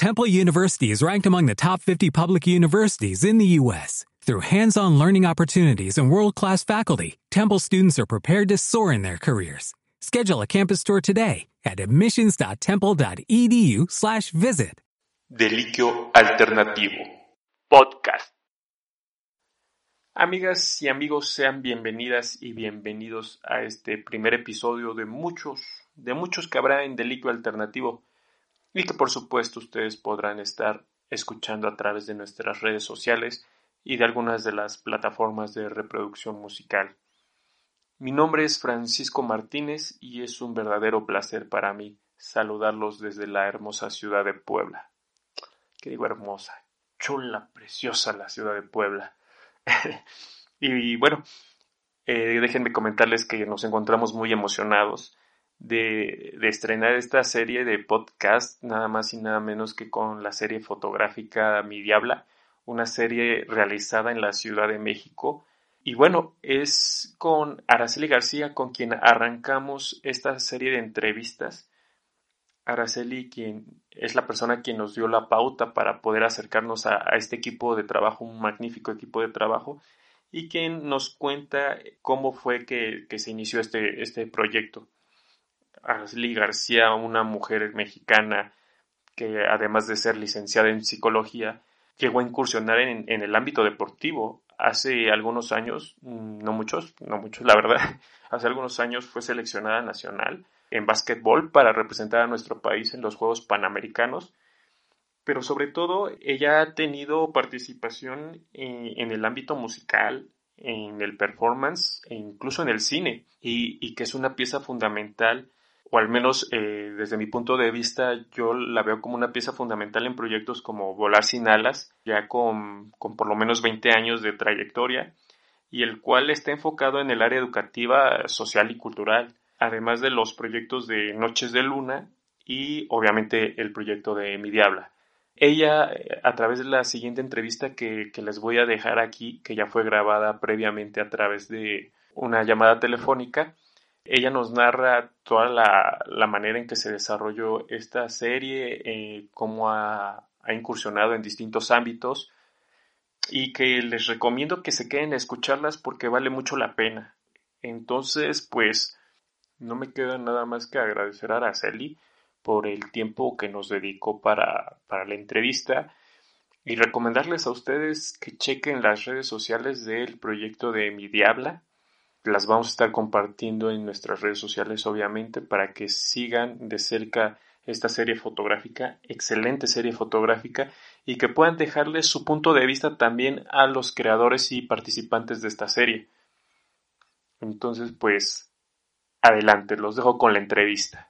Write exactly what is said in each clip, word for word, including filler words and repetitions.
Temple University is ranked among the top fifty public universities in the U S Through hands-on learning opportunities and world-class faculty, Temple students are prepared to soar in their careers. Schedule a campus tour today at admissions.temple.edu slash visit. Deliquio Alternativo Podcast. Amigas y amigos, sean bienvenidas y bienvenidos a este primer episodio de muchos, de muchos que habrá en Deliquio Alternativo y que por supuesto ustedes podrán estar escuchando a través de nuestras redes sociales y de algunas de las plataformas de reproducción musical. Mi nombre es Francisco Martínez y es un verdadero placer para mí saludarlos desde la hermosa ciudad de Puebla. ¿Qué digo hermosa? Chula, preciosa la ciudad de Puebla. y, y bueno, eh, déjenme comentarles que nos encontramos muy emocionados de, de estrenar esta serie de podcast, nada más y nada menos que con la serie fotográfica Mi Diabla, una serie realizada en la Ciudad de México. Y bueno, es con Araceli García con quien arrancamos esta serie de entrevistas. Araceli, quien es la persona quien nos dio la pauta para poder acercarnos a, a este equipo de trabajo, un magnífico equipo de trabajo, y quien nos cuenta cómo fue que, que se inició este, este proyecto. Araceli García, una mujer mexicana que además de ser licenciada en psicología, llegó a incursionar en, en el ámbito deportivo. Hace algunos años, no muchos, no muchos la verdad, hace algunos años fue seleccionada nacional en básquetbol para representar a nuestro país en los Juegos Panamericanos, pero sobre todo ella ha tenido participación en, en el ámbito musical, en el performance e incluso en el cine, y, y que es una pieza fundamental, o al menos eh, desde mi punto de vista yo la veo como una pieza fundamental en proyectos como Volar sin alas, ya con, con por lo menos veinte años de trayectoria, y el cual está enfocado en el área educativa, social y cultural, además de los proyectos de Noches de Luna y obviamente el proyecto de Mi Diabla. Ella, a través de la siguiente entrevista que, que les voy a dejar aquí, que ya fue grabada previamente a través de una llamada telefónica, ella nos narra toda la, la manera en que se desarrolló esta serie, eh, cómo ha, ha incursionado en distintos ámbitos y que les recomiendo que se queden a escucharlas porque vale mucho la pena. Entonces, pues, no me queda nada más que agradecer a Araceli por el tiempo que nos dedicó para, para la entrevista y recomendarles a ustedes que chequen las redes sociales del proyecto de Mi Diabla. Las vamos a estar compartiendo en nuestras redes sociales, obviamente, para que sigan de cerca esta serie fotográfica, excelente serie fotográfica, y que puedan dejarles su punto de vista también a los creadores y participantes de esta serie. Entonces, pues, adelante, los dejo con la entrevista.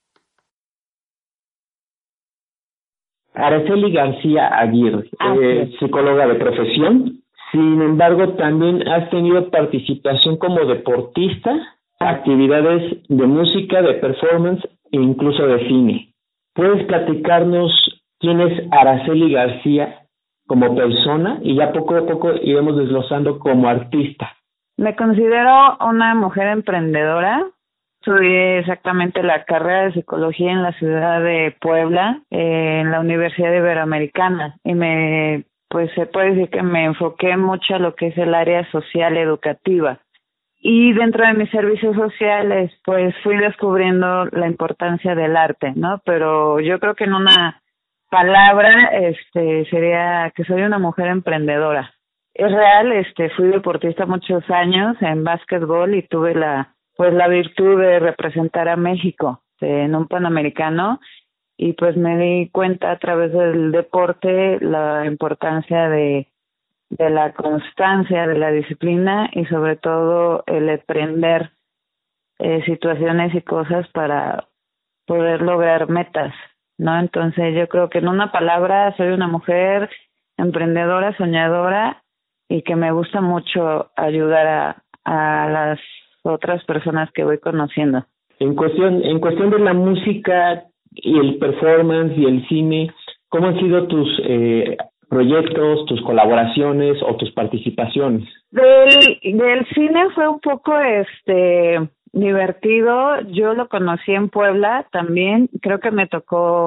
Araceli García Aguirre, Ah, eh, sí. psicóloga de profesión. Sin embargo, también has tenido participación como deportista, actividades de música, de performance e incluso de cine. ¿Puedes platicarnos quién es Araceli García como persona? Y ya poco a poco iremos desglosando como artista. Me considero una mujer emprendedora. Estudié exactamente la carrera de psicología en la ciudad de Puebla, eh, en la Universidad Iberoamericana, y me, pues se puede decir que me enfoqué mucho a lo que es el área social educativa. Y dentro de mis servicios sociales, pues fui descubriendo la importancia del arte, ¿no? Pero yo creo que en una palabra, este, sería que soy una mujer emprendedora. Es real, este, fui deportista muchos años en básquetbol y tuve la pues la virtud de representar a México en un Panamericano, y pues me di cuenta a través del deporte la importancia de de la constancia, de la disciplina y sobre todo el aprender eh, situaciones y cosas para poder lograr metas, ¿no? Entonces yo creo que en una palabra soy una mujer emprendedora, soñadora y que me gusta mucho ayudar a, a las otras personas que voy conociendo. En cuestión, en cuestión de la música y el performance y el cine, ¿cómo han sido tus eh, proyectos, tus colaboraciones o tus participaciones? Del, del cine fue un poco este divertido. Yo lo conocí en Puebla también. Creo que me tocó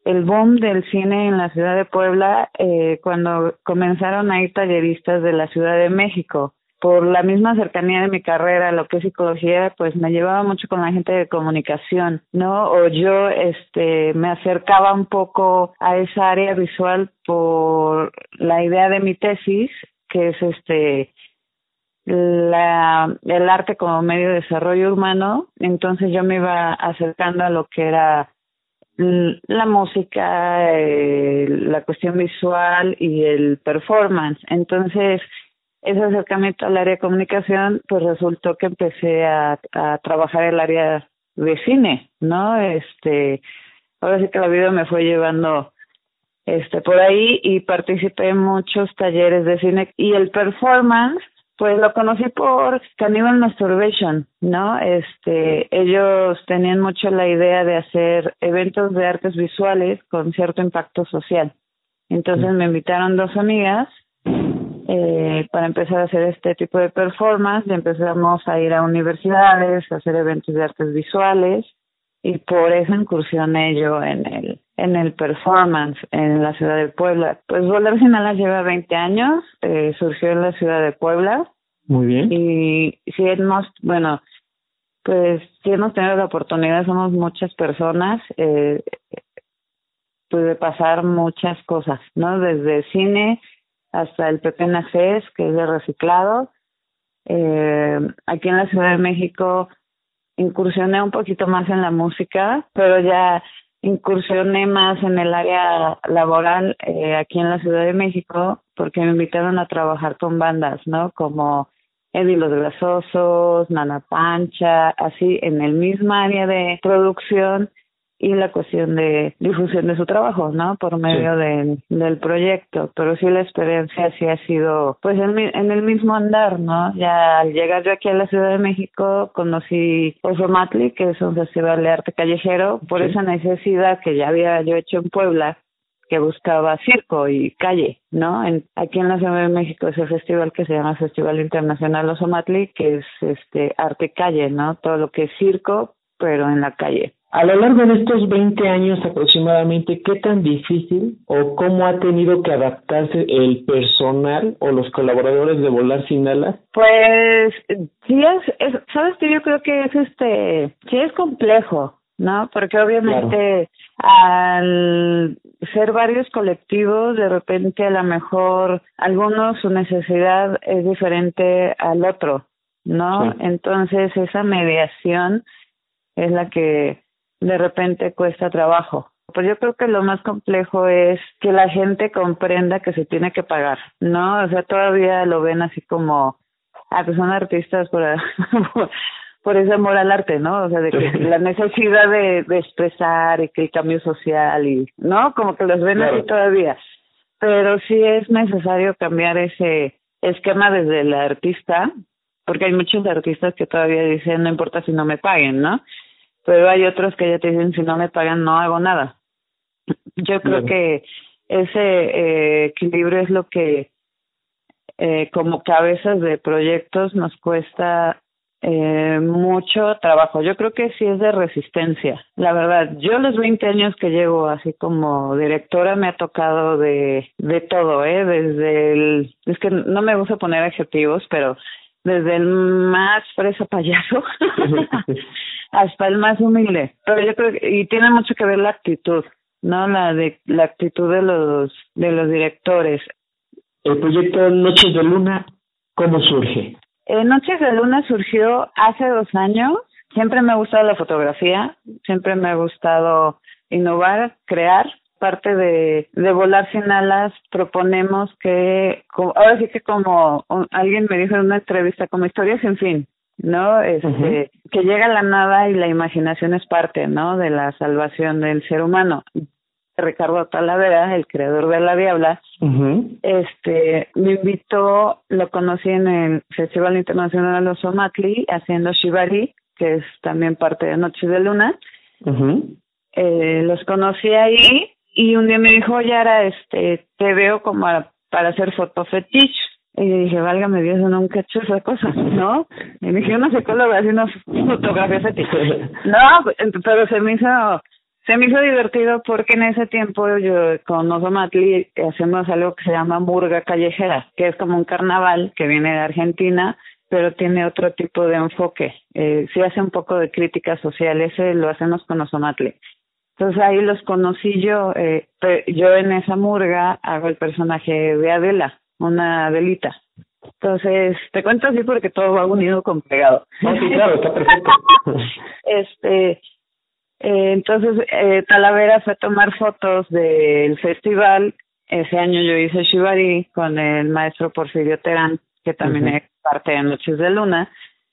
el boom del cine en la ciudad de Puebla eh, cuando comenzaron a ir talleristas de la Ciudad de México. Por la misma cercanía de mi carrera, lo que es psicología, pues me llevaba mucho con la gente de comunicación, ¿no? O yo este me acercaba un poco a esa área visual por la idea de mi tesis, que es este la el arte como medio de desarrollo humano. Entonces yo me iba acercando a lo que era la música, eh, la cuestión visual y el performance. Entonces, ese acercamiento al área de comunicación, pues resultó que empecé a, a trabajar el área de cine, ¿no? Este, ahora sí que la vida me fue llevando este por ahí y participé en muchos talleres de cine y el performance, pues lo conocí por Cannibal Masturbation, ¿no? Este, ellos tenían mucho la idea de hacer eventos de artes visuales con cierto impacto social. Entonces me invitaron dos amigas eh, para empezar a hacer este tipo de performance, y empezamos a ir a universidades, a hacer eventos de artes visuales, y por eso incursioné yo en el en el performance en la ciudad de Puebla. Pues Volar Sin Alas lleva veinte años, eh, surgió en la ciudad de Puebla. Muy bien. Y sí hemos, bueno, pues sí hemos tenido la oportunidad, somos muchas personas, eh, pues de pasar muchas cosas, ¿no? Desde cine hasta el P P N A C, que es de reciclado. Eh, aquí en la Ciudad de México incursioné un poquito más en la música, pero ya incursioné más en el área laboral eh, aquí en la Ciudad de México, porque me invitaron a trabajar con bandas, ¿no? Como Eddie Los Grasosos, Nana Pancha, así en el mismo área de producción y la cuestión de difusión de su trabajo, ¿no? Por medio sí. de, del proyecto. Pero sí la experiencia sí ha sido, pues, en, en el mismo andar, ¿no? Ya al llegar yo aquí a la Ciudad de México, conocí Osomatli, que es un festival de arte callejero, por sí. esa necesidad que ya había yo hecho en Puebla, que buscaba circo y calle, ¿no? En, aquí en la Ciudad de México es el festival que se llama Festival Internacional Osomatli, que es este arte calle, ¿no? Todo lo que es circo, pero en la calle. A lo largo de estos veinte años aproximadamente, ¿qué tan difícil o cómo ha tenido que adaptarse el personal o los colaboradores de Volar Sin Alas? Pues sí es, es sabes que yo creo que es este, sí es complejo, ¿no? Porque obviamente claro. al ser varios colectivos, de repente a lo mejor algunos su necesidad es diferente al otro, ¿no? Sí. Entonces esa mediación es la que de repente cuesta trabajo. Pues yo creo que lo más complejo es que la gente comprenda que se tiene que pagar, ¿no? O sea, todavía lo ven así como, ah, pues son artistas por, por ese amor al arte, ¿no? O sea, de que la necesidad de, de expresar y que el cambio social y, ¿no? Como que los ven claro. así todavía. Pero sí es necesario cambiar ese esquema desde el artista, porque hay muchos artistas que todavía dicen, no importa si no me paguen, ¿no? Pero hay otros que ya te dicen, si no me pagan, no hago nada. Yo creo Bien. que ese eh, equilibrio es lo que, eh, como cabezas de proyectos, nos cuesta eh, mucho trabajo. Yo creo que sí es de resistencia. La verdad, yo los veinte años que llevo así como directora me ha tocado de, de todo, ¿eh? Desde el... Es que no me gusta poner adjetivos, pero... desde el más fresa payaso hasta el más humilde. Pero yo creo que, y tiene mucho que ver la actitud, ¿no? La de la actitud de los de los directores. El proyecto Noches de Luna, ¿cómo surge? Eh, Noches de Luna surgió hace dos años. Siempre me ha gustado la fotografía, siempre me ha gustado innovar, crear. Parte de, de Volar Sin Alas proponemos que, como, ahora sí que como un, alguien me dijo en una entrevista, como historia sin fin, ¿no? Este, uh-huh. Que llega a la nada y la imaginación es parte, ¿no? De la salvación del ser humano. Ricardo Talavera, el creador de La Diabla, uh-huh. este, me invitó, lo conocí en el Festival Internacional Osomatli, haciendo Shibari, que es también parte de Noches de Luna. Uh-huh. Eh, los conocí ahí. Y un día me dijo, oye, ahora este, te veo como a, para hacer fotofetiche. Y yo dije, válgame Dios, yo nunca he hecho esa cosa, ¿no? Y me dije, una psicóloga haciendo fotografía fetiche. No, pero se me hizo se me hizo divertido porque en ese tiempo yo con Ozomatli hacemos algo que se llama murga callejera, que es como un carnaval que viene de Argentina, pero tiene otro tipo de enfoque. Eh, sí hace un poco de crítica social, ese lo hacemos con Ozomatli. Entonces ahí los conocí yo, eh, yo en esa murga hago el personaje de Adela, una Adelita. Entonces, te cuento así porque todo va unido con pegado. No, sí, claro, está perfecto. este, eh, entonces, eh, Talavera fue a tomar fotos del festival. Ese año yo hice Shibari con el maestro Porfirio Terán, que también uh-huh. es parte de Noches de Luna.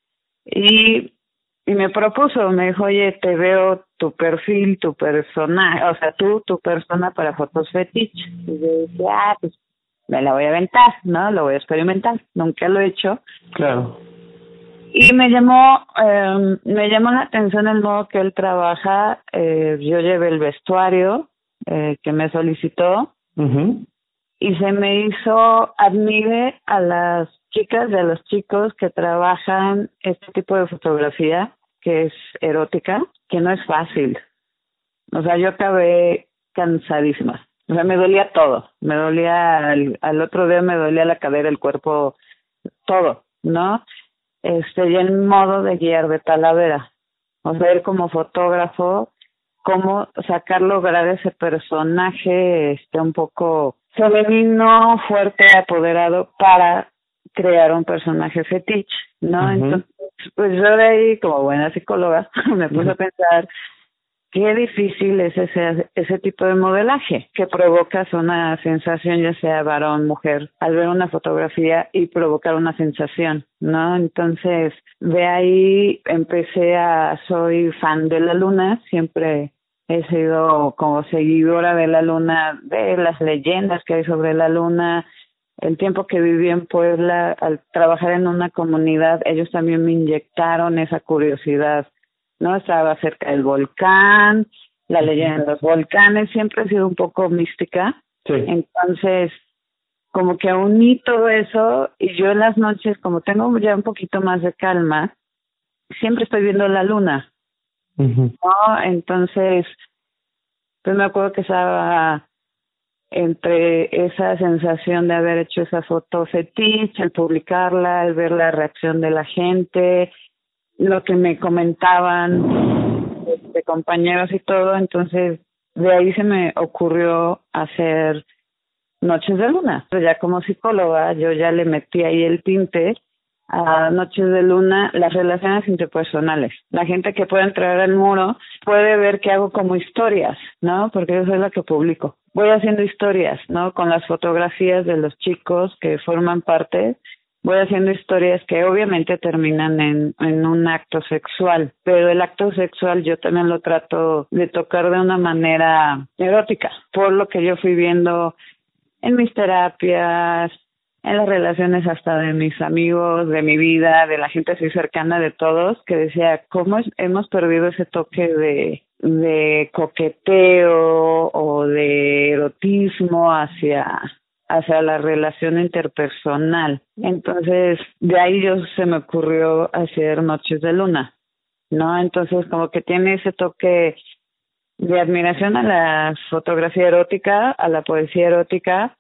Y, y me propuso, me dijo, oye, te veo tu perfil, tu persona, o sea, tú, tu persona para fotos fetiche. Y yo dije, ah, pues me la voy a aventar, ¿no? Lo voy a experimentar. Nunca lo he hecho. Claro. Y me llamó, eh, me llamó la atención el modo que él trabaja. Eh, yo llevé el vestuario eh, que me solicitó uh-huh. y se me hizo, admire a las chicas y a los chicos que trabajan este tipo de fotografía que es erótica, que no es fácil. O sea, yo acabé cansadísima. O sea, me dolía todo. Me dolía, al, al otro día me dolía la cadera, el cuerpo, todo, ¿no? Este, y el modo de guiar de Talavera. O sea, él como fotógrafo, cómo sacar, lograr ese personaje, este, un poco femenino, fuerte, apoderado, para crear un personaje fetiche, ¿no? Uh-huh. Entonces, pues yo de ahí, como buena psicóloga, me puse uh-huh. a pensar, qué difícil es ese ese tipo de modelaje que provocas una sensación, ya sea varón, mujer, al ver una fotografía y provocar una sensación, ¿no? Entonces, de ahí empecé a, soy fan de la luna, siempre he sido como seguidora de la luna, de las leyendas que hay sobre la luna. El tiempo que viví en Puebla, al trabajar en una comunidad, ellos también me inyectaron esa curiosidad, ¿no? Estaba cerca del volcán, la leyenda de los volcanes, siempre ha sido un poco mística. Sí. Entonces, como que uní todo eso, y yo en las noches, como tengo ya un poquito más de calma, siempre estoy viendo la luna, uh-huh. ¿no? Entonces, pues me acuerdo que estaba entre esa sensación de haber hecho esa foto fetiche, el publicarla, el ver la reacción de la gente, lo que me comentaban de compañeros y todo, entonces de ahí se me ocurrió hacer Noches de Luna. Pero ya como psicóloga yo ya le metí ahí el tinte a Noches de Luna, las relaciones interpersonales. La gente que puede entrar al muro puede ver que hago como historias, ¿no? Porque yo soy la que publico. Voy haciendo historias, ¿no? Con las fotografías de los chicos que forman parte, voy haciendo historias que obviamente terminan en, en un acto sexual, pero el acto sexual yo también lo trato de tocar de una manera erótica, por lo que yo fui viendo en mis terapias, en las relaciones hasta de mis amigos, de mi vida, de la gente así cercana de todos, que decía, ¿cómo es, hemos perdido ese toque de, de coqueteo o de erotismo hacia... hacia la relación interpersonal? Entonces, de ahí yo se me ocurrió hacer Noches de Luna, ¿no? Entonces, como que tiene ese toque de admiración a la fotografía erótica, a la poesía erótica,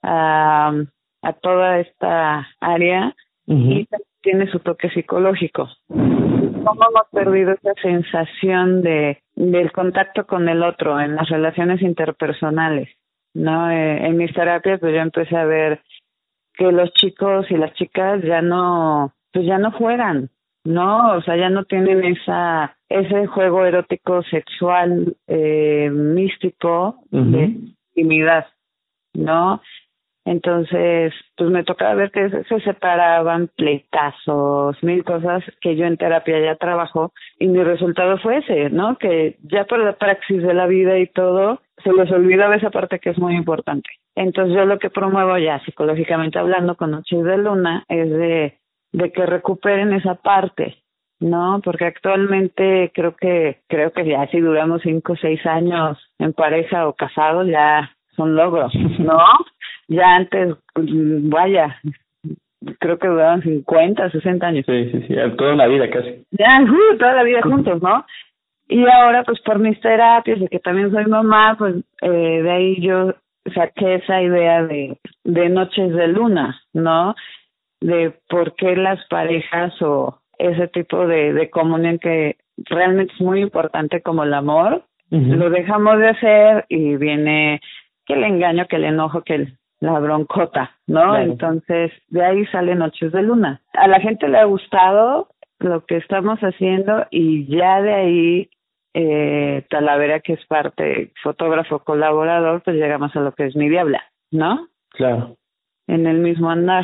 a, a toda esta área, uh-huh. y tiene su toque psicológico. ¿Cómo hemos perdido esa sensación de del contacto con el otro en las relaciones interpersonales? No, eh, en mis terapias pues yo empecé a ver que los chicos y las chicas ya no, pues ya no juegan, no, o sea, ya no tienen esa ese juego erótico sexual eh, místico uh-huh. de intimidad, ¿no? Entonces, pues me tocaba ver que se separaban, pleitazos, mil cosas que yo en terapia ya trabajo, y mi resultado fue ese, ¿no? Que ya por la praxis de la vida y todo, se les olvidaba esa parte que es muy importante. Entonces yo lo que promuevo ya psicológicamente hablando con Noches de Luna es de, de que recuperen esa parte, ¿no? Porque actualmente creo que, creo que ya si duramos cinco o seis años en pareja o casados ya son logros, ¿no? Ya antes, vaya, creo que duraban cincuenta, sesenta años. Sí, sí, sí, toda la vida casi. Ya, uh, toda la vida juntos, ¿no? Y ahora, pues por mis terapias, de que también soy mamá, pues eh, de ahí yo saqué esa idea de, de noches de luna, ¿no? De por qué las parejas o ese tipo de, de comunión que realmente es muy importante como el amor, uh-huh. lo dejamos de hacer y viene que el engaño, que el enojo, que el, la broncota, ¿no? Claro. Entonces, de ahí sale Noches de Luna. A la gente le ha gustado lo que estamos haciendo y ya de ahí eh, Talavera, que es parte fotógrafo colaborador, pues llegamos a lo que es Mi Diabla, ¿no? Claro. En el mismo andar.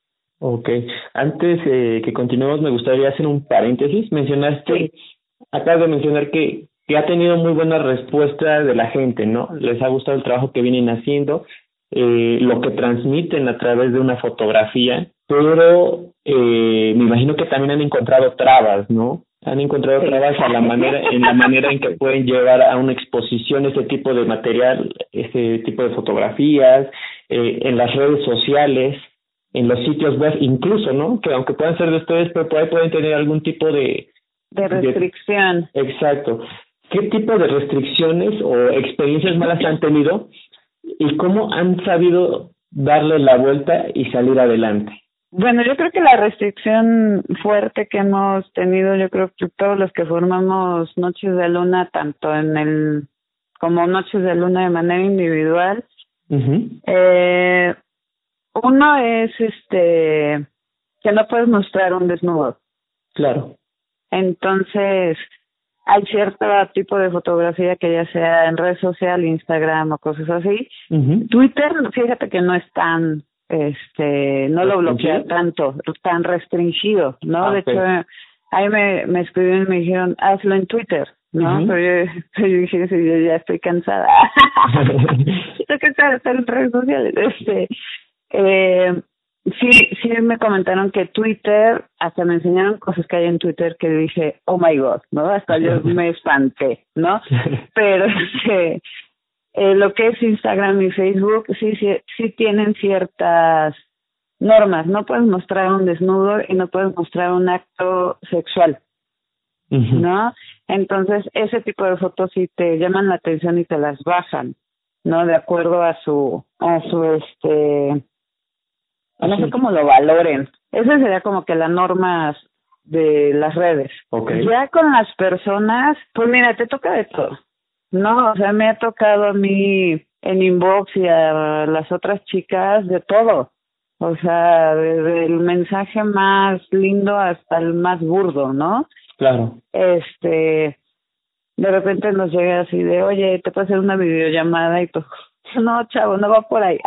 Ok. Antes eh, que continuemos, me gustaría hacer un paréntesis. Mencionaste, sí. acabas de mencionar que, que ha tenido muy buena respuesta de la gente, ¿no? Les ha gustado el trabajo que vienen haciendo, eh, lo que transmiten a través de una fotografía, pero eh, me imagino que también han encontrado trabas, ¿no? Han encontrado trabas a la manera, en la manera en que pueden llevar a una exposición ese tipo de material, ese tipo de fotografías, eh, en las redes sociales, en los sitios web, incluso, ¿no? Que aunque puedan ser de ustedes, pero por ahí pueden tener algún tipo de... De restricción. De, exacto. ¿Qué tipo de restricciones o experiencias malas han tenido y cómo han sabido darle la vuelta y salir adelante? Bueno, yo creo que la restricción fuerte que hemos tenido, yo creo que todos los que formamos Noches de Luna, tanto en el como Noches de Luna de manera individual, uh-huh. eh, uno es este que no puedes mostrar un desnudo. Claro. Entonces, hay cierto tipo de fotografía que ya sea en red social, Instagram o cosas así. Uh-huh. Twitter, fíjate que no es tan, este, no lo bloquea tanto, tan restringido, ¿no? Ah, de okay. hecho, ahí me, me escribieron y me dijeron, hazlo en Twitter, ¿no? Uh-huh. Pero yo, yo dije, sí, yo ya estoy cansada. Tengo que estar, estar en redes sociales. Este, eh, sí, sí me comentaron que Twitter, hasta me enseñaron cosas que hay en Twitter que dije, oh my God, ¿no? Hasta yo me espanté, ¿no? Pero este, eh, lo que es Instagram y Facebook, sí, sí, sí tienen ciertas normas. No puedes mostrar un desnudo y no puedes mostrar un acto sexual, uh-huh. ¿no? Entonces, ese tipo de fotos sí te llaman la atención y te las bajan, ¿no? De acuerdo a su, a su, este... no sé cómo lo valoren. Esa sería como que la norma de las redes. Okay. Ya con las personas, pues mira, te toca de todo, ¿no? O sea, me ha tocado a mí en inbox y a las otras chicas de todo. O sea, desde el mensaje más lindo hasta el más burdo, ¿no? Claro. Este, de repente nos llega así de, oye, te puedo hacer una videollamada y pues... no, chavo, no va por ahí.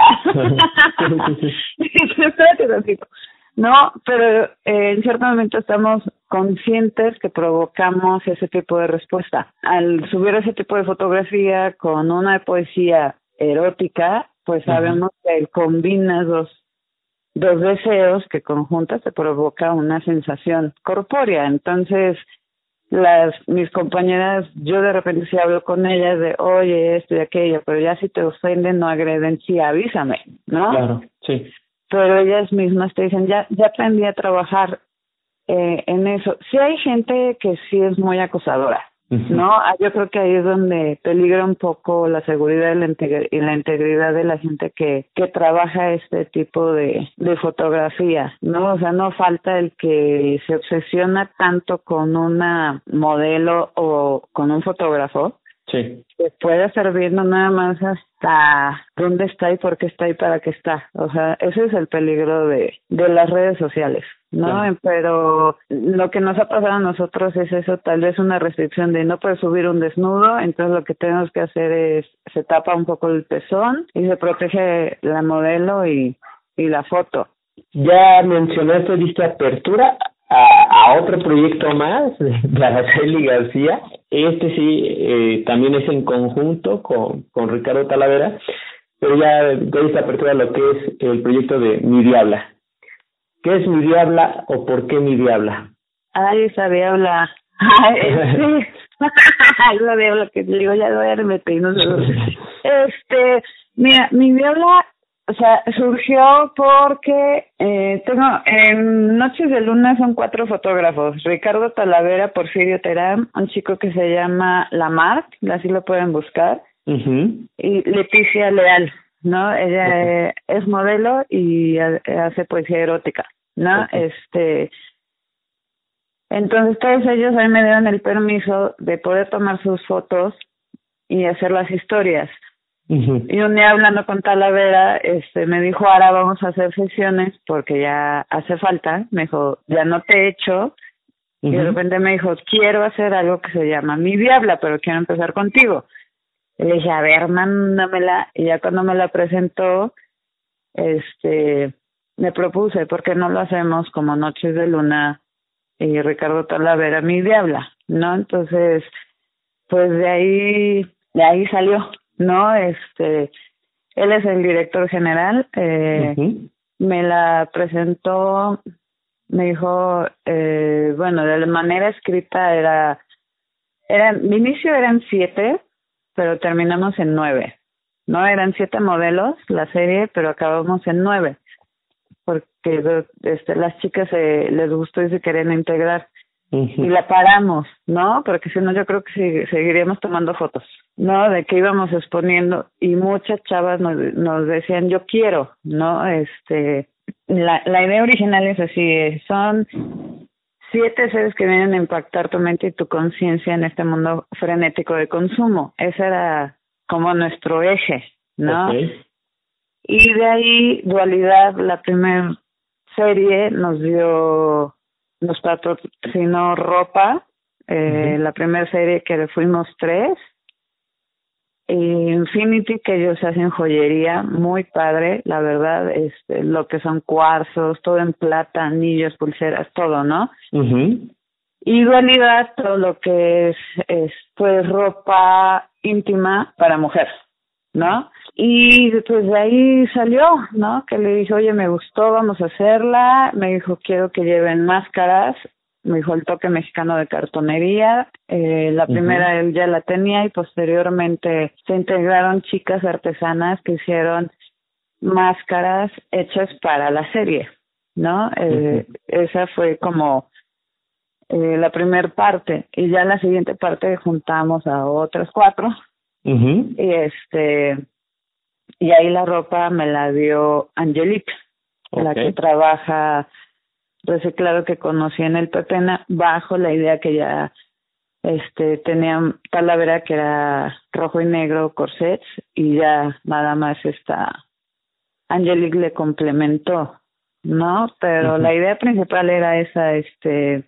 Espérate tantito. No, pero eh, en cierto momento estamos conscientes que provocamos ese tipo de respuesta. Al subir ese tipo de fotografía con una poesía erótica, pues sabemos uh-huh. que combinas dos, dos deseos que conjuntas te provoca una sensación corpórea. Entonces, las mis compañeras, yo de repente sí hablo con ellas de, oye, esto y aquello, pero ya si te ofenden, no agreden, sí, avísame, ¿no? Claro, sí. Pero ellas mismas te dicen, ya ya aprendí a trabajar eh, en eso. Sí hay gente que sí es muy acosadora, uh-huh. ¿no? Yo creo que ahí es donde peligra un poco la seguridad y la, integr- y la integridad de la gente que que trabaja este tipo de, de fotografía, ¿no? O sea, no falta el que se obsesiona tanto con una modelo o con un fotógrafo, sí, que puede estar viendo nada más hasta dónde está y por qué está y para qué está. O sea, ese es el peligro de, de las redes sociales, ¿no? Claro. Pero lo que nos ha pasado a nosotros es eso, tal vez una restricción de no puedes subir un desnudo, entonces lo que tenemos que hacer es, se tapa un poco el pezón y se protege la modelo y, y la foto. Ya mencionaste, diste apertura a, a otro proyecto más de Araceli García. Este sí, eh, también es en conjunto con, con Ricardo Talavera, pero ya diste apertura a lo que es el proyecto de Mi Diabla. ¿Qué es Mi Diabla o por qué Mi Diabla? Ay, esa Diabla. Ay, sí. Esa Diabla que te digo, ya duérmete y no sé. Este, mira, Mi Diabla o sea, surgió porque eh, tengo, en Noches de Luna son cuatro fotógrafos: Ricardo Talavera, Porfirio Terán, un chico que se llama Lamar, así lo pueden buscar, uh-huh. y Leticia Leal, ¿no? Ella uh-huh. eh, es modelo y hace poesía erótica, ¿no? Uh-huh. Este, entonces todos ellos a mí me dieron el permiso de poder tomar sus fotos y hacer las historias. Uh-huh. Y un día hablando con Talavera, este, me dijo, ahora vamos a hacer sesiones porque ya hace falta. Me dijo, ya no te he hecho. Uh-huh. Y de repente me dijo, quiero hacer algo que se llama Mi Diabla, pero quiero empezar contigo. Y le dije, a ver, mándamela. Y ya cuando me la presentó, este, me propuse, ¿por qué no lo hacemos como Noches de Luna y Ricardo Talavera, Mi Diabla? ¿No? Entonces, pues de ahí, de ahí salió. No, este, él es el director general, eh, uh-huh. me la presentó, me dijo, eh, bueno, de manera escrita era, era, mi inicio eran siete, pero terminamos en nueve, ¿no? Eran siete modelos la serie, pero acabamos en nueve, porque este, las chicas eh, les gustó y se querían integrar. Uh-huh. Y la paramos, ¿no? Porque si no yo creo que sí, seguiríamos tomando fotos, ¿no? De que íbamos exponiendo y muchas chavas nos, nos decían, yo quiero, ¿no? Este, la, la idea original es así, son siete seres que vienen a impactar tu mente y tu conciencia en este mundo frenético de consumo. Ese era como nuestro eje, ¿no? Okay. Y de ahí, Dualidad, la primera serie nos dio... nos patrocinó ropa, eh, uh-huh. la primera serie que fuimos tres, y Infinity, que ellos hacen joyería muy padre, la verdad, este, lo que son cuarzos, todo en plata, anillos, pulseras, todo, ¿no? Uh-huh. Y Dualidad, todo lo que es, es pues ropa íntima para mujer, ¿no? Y pues de ahí salió, ¿no? Que le dije, oye, me gustó, vamos a hacerla. Me dijo, quiero que lleven máscaras. Me dijo, el toque mexicano de cartonería. Eh, la primera uh-huh. él ya la tenía y posteriormente se integraron chicas artesanas que hicieron máscaras hechas para la serie, ¿no? Eh, uh-huh. Esa fue como eh, la primera parte. Y ya en la siguiente parte juntamos a otras cuatro. Uh-huh. Y este... y ahí la ropa me la dio Angelique, okay. la que trabaja reciclado, que conocí en el Pepena, bajo la idea que ya este tenía Talavera, que era rojo y negro, corsets, y ya nada más esta Angelique le complementó, ¿no? Pero uh-huh. la idea principal era esa, este,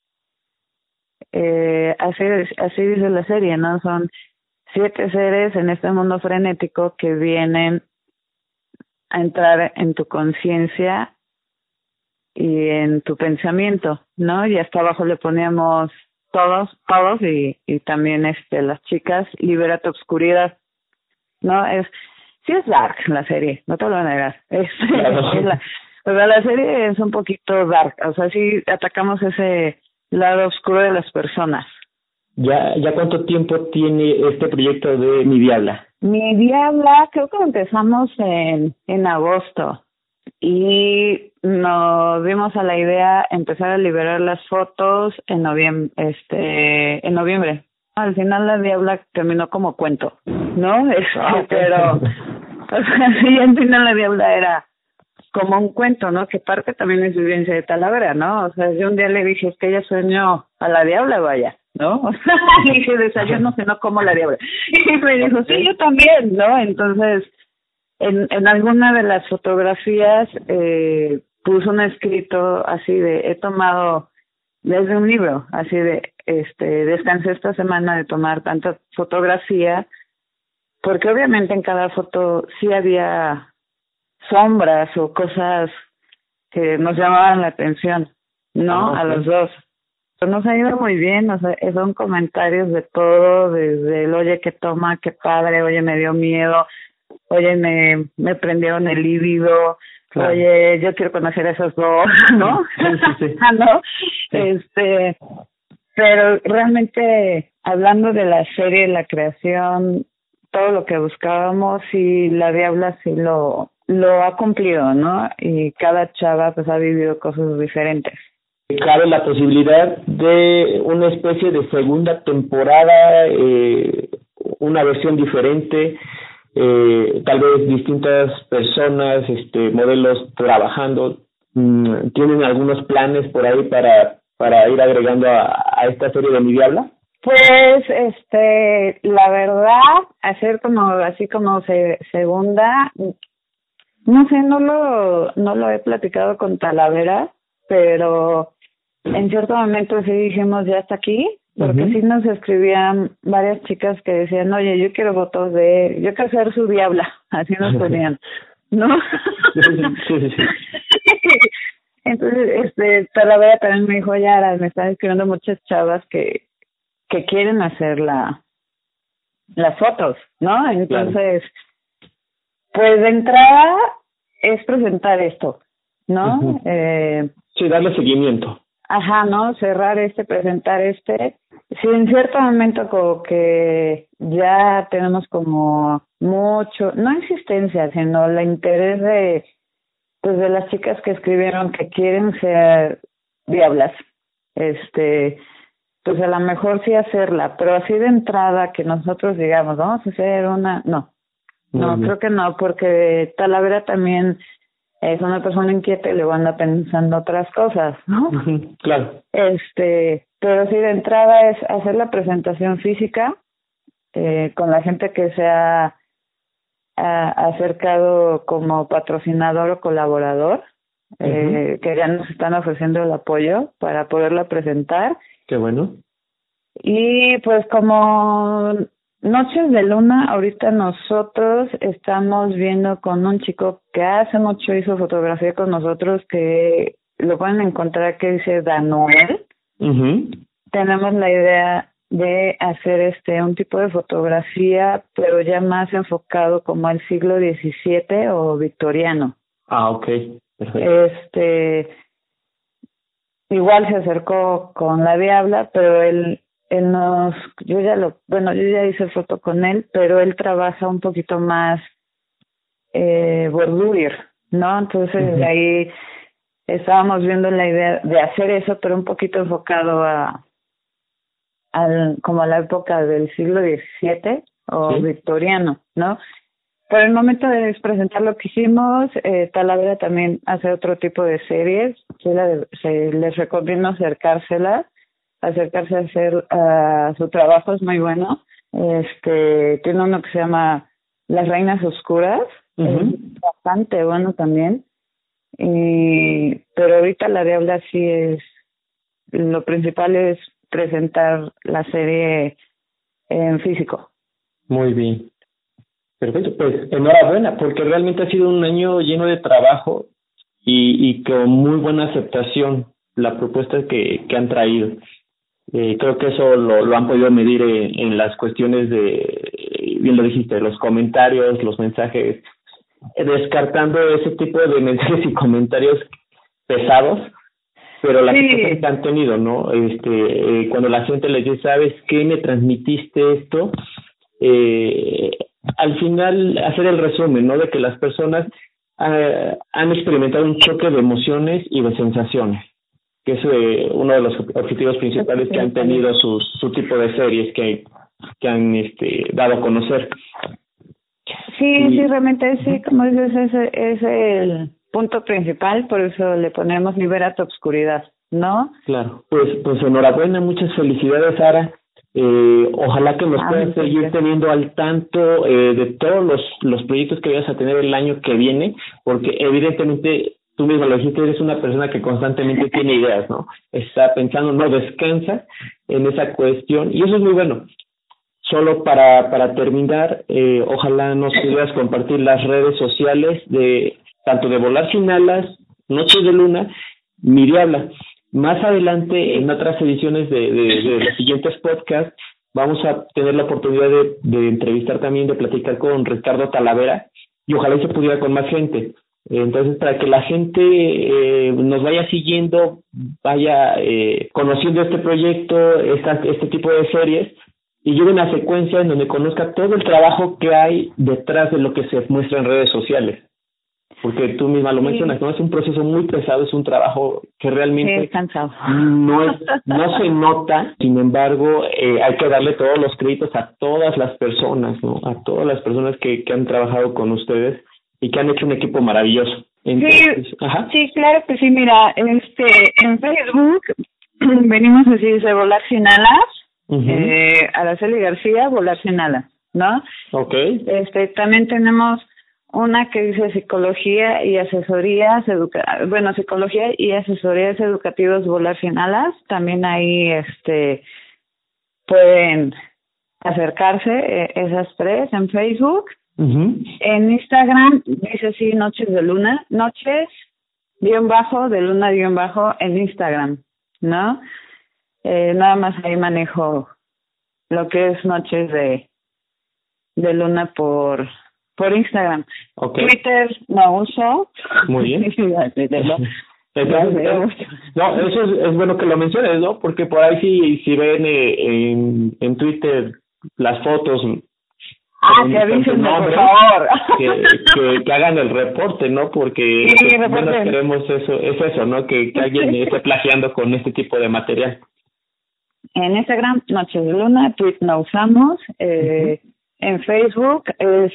eh, así, así dice la serie, ¿no? Son siete seres en este mundo frenético que vienen a entrar en tu conciencia y en tu pensamiento, ¿no? Y hasta abajo le poníamos todos, todos y, y también este las chicas, libera tu obscuridad, ¿no? Es, sí es dark la serie, no te lo voy a negar. Es, claro. es la, o sea, la serie es un poquito dark, o sea, sí atacamos ese lado oscuro de las personas. ¿Ya, ya cuánto tiempo tiene este proyecto de Mi Diabla? Mi Diabla, creo que empezamos en, en agosto y nos dimos a la idea empezar a liberar las fotos en noviembre, este, en noviembre. Al final la Diabla terminó como cuento, ¿no? Este, pero, o sea, sí, al final la Diabla era como un cuento, ¿no? Que parte también es vivencia de Talavera, ¿no? O sea, yo un día le dije, es que ella sueñó a la Diabla, vaya, ¿no? O sea, le dije, desayuno, no como la Diabla. Y me dijo, sí, yo también, ¿no? Entonces, en, en alguna de las fotografías eh, puso un escrito así de, he tomado, desde un libro, así de, este, descansé esta semana de tomar tanta fotografía, porque obviamente en cada foto sí había sombras o cosas que nos llamaban la atención, ¿no? Ah, okay. A los dos. Pero nos ha ido muy bien, o sea, son comentarios de todo, desde el oye que toma, qué padre, oye me dio miedo, oye me, me prendieron el líbido, claro. Oye yo quiero conocer a esos dos, ¿no? Sí, sí, sí. ah, ¿no? Sí. Este, pero realmente hablando de la serie, la creación, todo lo que buscábamos, y la Diabla sí lo lo ha cumplido, ¿no? Y cada chava pues ha vivido cosas diferentes. Cabe la posibilidad de una especie de segunda temporada, eh, una versión diferente, eh, tal vez distintas personas, este, modelos trabajando. Mm, ¿tienen algunos planes por ahí para para ir agregando a, a esta serie de Mi Diabla? Pues, este, la verdad, hacer como así como se, segunda, no sé, no lo no lo he platicado con Talavera, pero en cierto momento sí dijimos ya hasta aquí, porque uh-huh. sí nos escribían varias chicas que decían, oye, yo quiero fotos de, yo quiero ser su diabla, así nos ponían, ¿no? Sí, sí, sí. Entonces, este, Talavera también me dijo, ya, me están escribiendo muchas chavas que, que quieren hacer la, las fotos, ¿no? Entonces, claro. Pues de entrada es presentar esto, ¿no? Uh-huh. Eh, sí, darle seguimiento. Ajá, ¿no? Cerrar este, presentar este. Sí, en cierto momento como que ya tenemos como mucho, no insistencia, sino el interés de, pues de las chicas que escribieron que quieren ser diablas. Este, pues a lo mejor sí hacerla, pero así de entrada que nosotros digamos, vamos a hacer una, no. No, uh-huh. creo que no, porque Talavera también es una persona inquieta y luego anda pensando otras cosas, ¿no? Uh-huh, claro. Este, pero sí de entrada es hacer la presentación física eh, con la gente que se ha, ha acercado como patrocinador o colaborador, uh-huh. eh, que ya nos están ofreciendo el apoyo para poderla presentar. Qué bueno. Y pues como Noches de Luna, ahorita nosotros estamos viendo con un chico que hace mucho hizo fotografía con nosotros, que lo pueden encontrar, que dice Danoel. Uh-huh. Tenemos la idea de hacer este un tipo de fotografía, pero ya más enfocado como al siglo diecisiete o victoriano. Ah, okay. Perfecto. Este, igual se acercó con la Diabla, pero él Él nos, yo ya lo, bueno, yo ya hice foto con él, pero él trabaja un poquito más eh, bordurir, ¿no? Entonces uh-huh. de ahí estábamos viendo la idea de hacer eso, pero un poquito enfocado a, al, como a la época del siglo diecisiete o ¿sí? victoriano, ¿no? Por el momento de presentar lo que hicimos, eh, Talavera también hace otro tipo de series, se, la, se les recomiendo acercárselas. acercarse a hacer uh, su trabajo es muy bueno. Este tiene uno que se llama Las Reinas Oscuras, uh-huh. es bastante bueno también. Y pero ahorita la Diabla sí es, lo principal es presentar la serie en físico. Muy bien. Perfecto, pues enhorabuena, porque realmente ha sido un año lleno de trabajo y, y con muy buena aceptación la propuesta que, que han traído. Eh, creo que eso lo, lo han podido medir en, en las cuestiones de, bien lo dijiste, los comentarios, los mensajes, eh, descartando ese tipo de mensajes y comentarios pesados, pero la sí. que han tenido, ¿no? Este, eh, cuando la gente les dice, ¿sabes qué? Me transmitiste esto, eh, al final hacer el resumen, ¿no? De que las personas eh, han experimentado un choque de emociones y de sensaciones, que es eh, uno de los objetivos principales que han tenido sus, su tipo de series que, que han este, dado a conocer. Sí, y, sí, realmente sí, como dices, ese es el punto principal, por eso le ponemos Libera tu Obscuridad, ¿no? Claro, pues pues enhorabuena, muchas felicidades, Sara. Eh, ojalá que nos ah, puedas seguir sí. teniendo al tanto eh, de todos los, los proyectos que vayas a tener el año que viene, porque evidentemente tú mismo lo dijiste, eres una persona que constantemente tiene ideas, ¿no? Está pensando, no descansa en esa cuestión, y eso es muy bueno. Solo para para terminar, eh, ojalá nos pudieras compartir las redes sociales de tanto de Volar Sin Alas, Noches de Luna, Mi Diabla. Más adelante, en otras ediciones de, de, de los siguientes podcasts, vamos a tener la oportunidad de, de entrevistar también, de platicar con Ricardo Talavera, y ojalá se pudiera con más gente. Entonces, para que la gente eh, nos vaya siguiendo, vaya eh, conociendo este proyecto, esta, este tipo de series, y lleve una secuencia en donde conozca todo el trabajo que hay detrás de lo que se muestra en redes sociales. porque tú misma lo sí. mencionas, ¿no? Es un proceso muy pesado, es un trabajo que realmente sí, es cansado. no es, no se nota, sin embargo, eh, hay que darle todos los créditos a todas las personas, ¿no? A todas las personas que, que han trabajado con ustedes y que han hecho un equipo maravilloso. Entonces, sí, ajá. sí, claro que sí, mira, este, en Facebook venimos así, dice Volar Sin Alas, uh-huh. eh, Araceli García, Volar Sin Alas, ¿no? Okay. Este, también tenemos una que dice Psicología y Asesorías, educa- bueno, Psicología y Asesorías Educativos Volar Sin Alas, también ahí, este, pueden acercarse eh, esas tres en Facebook. Uh-huh. En Instagram dice así Noches de Luna, Noches guión bajo de Luna guión bajo en Instagram, ¿no? Eh, nada más ahí manejo lo que es Noches de de Luna por por Instagram. Okay. Twitter no uso. Muy bien. Entonces, no, eso es, es bueno que lo menciones, ¿no? Porque por ahí si, si ven eh, en, en Twitter las fotos. Ah, que avisen, por favor. Que, que, que hagan el reporte, ¿no? Porque sí, lo menos queremos eso, es eso, ¿no? Que, que alguien esté plagiando con este tipo de material. En Instagram, Noches de Luna, Twitter no usamos, eh, uh-huh. En Facebook es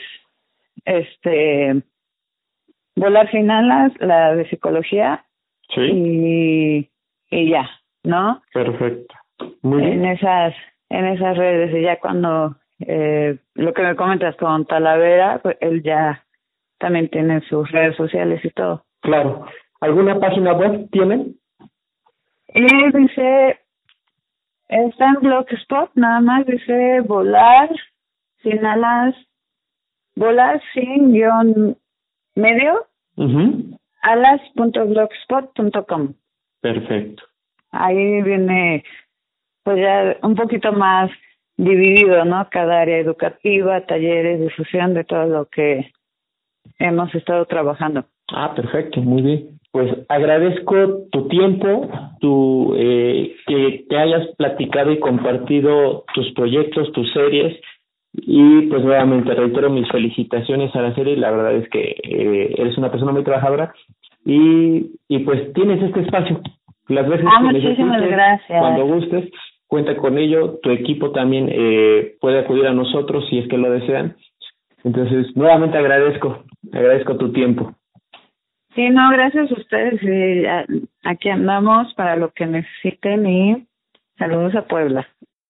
este Volar Sin Alas, la de Psicología, sí. y, y ya, ¿no? Perfecto. Muy bien. En esas, en esas redes, y ya cuando Eh, lo que me comentas con Talavera, pues él ya también tiene sus redes sociales y todo. Claro. ¿Alguna página web tienen? Y dice, está en Blogspot, nada más dice volar sin alas, volar sin guión medio, uh-huh. alas punto blogspot punto com. Perfecto. Ahí viene pues ya un poquito más dividido, ¿no? Cada área educativa, talleres, difusión de todo lo que hemos estado trabajando. Ah, perfecto, muy bien. Pues agradezco tu tiempo, tu eh, que te hayas platicado y compartido tus proyectos, tus series, y pues nuevamente reitero mis felicitaciones a la serie. La verdad es que eh, eres una persona muy trabajadora y, y pues tienes este espacio. Las veces ah, que muchísimas necesites, gracias. Cuando gustes, cuenta con ello. Tu equipo también eh, puede acudir a nosotros si es que lo desean. Entonces, nuevamente agradezco, agradezco tu tiempo. Sí, no, gracias a ustedes. Y a, aquí andamos para lo que necesiten y saludos a Puebla.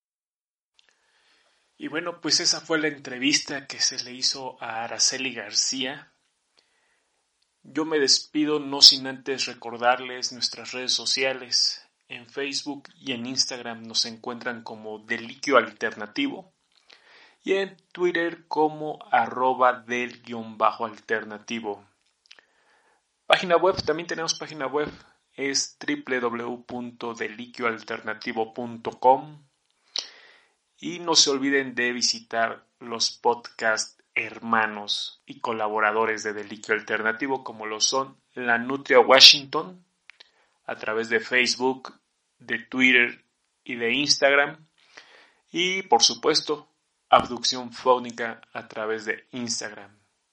Y bueno, pues esa fue la entrevista que se le hizo a Araceli García. Yo me despido no sin antes recordarles nuestras redes sociales. En Facebook y en Instagram nos encuentran como Deliquio Alternativo y en Twitter como arroba del guión bajo alternativo. Página web, también tenemos página web, es doble u doble u doble u punto deliquio alternativo punto com y no se olviden de visitar los podcasts hermanos y colaboradores de Deliquio Alternativo como lo son La Nutria Washington, a través de Facebook, de Twitter y de Instagram. Y, por supuesto, Abducción Fónica a través de Instagram.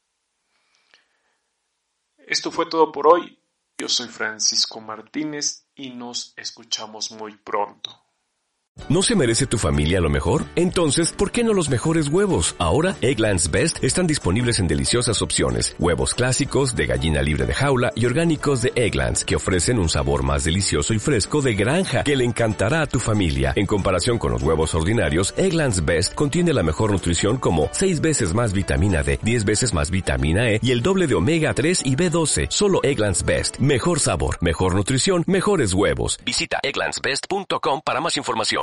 Esto fue todo por hoy. Yo soy Francisco Martínez y nos escuchamos muy pronto. ¿No se merece tu familia lo mejor? Entonces, ¿por qué no los mejores huevos? Ahora, Eggland's Best están disponibles en deliciosas opciones. Huevos clásicos, de gallina libre de jaula y orgánicos de Eggland's, que ofrecen un sabor más delicioso y fresco de granja, que le encantará a tu familia. En comparación con los huevos ordinarios, Eggland's Best contiene la mejor nutrición como seis veces más vitamina D, diez veces más vitamina E y el doble de omega tres y B doce. Solo Eggland's Best. Mejor sabor, mejor nutrición, mejores huevos. Visita egglands best punto com para más información.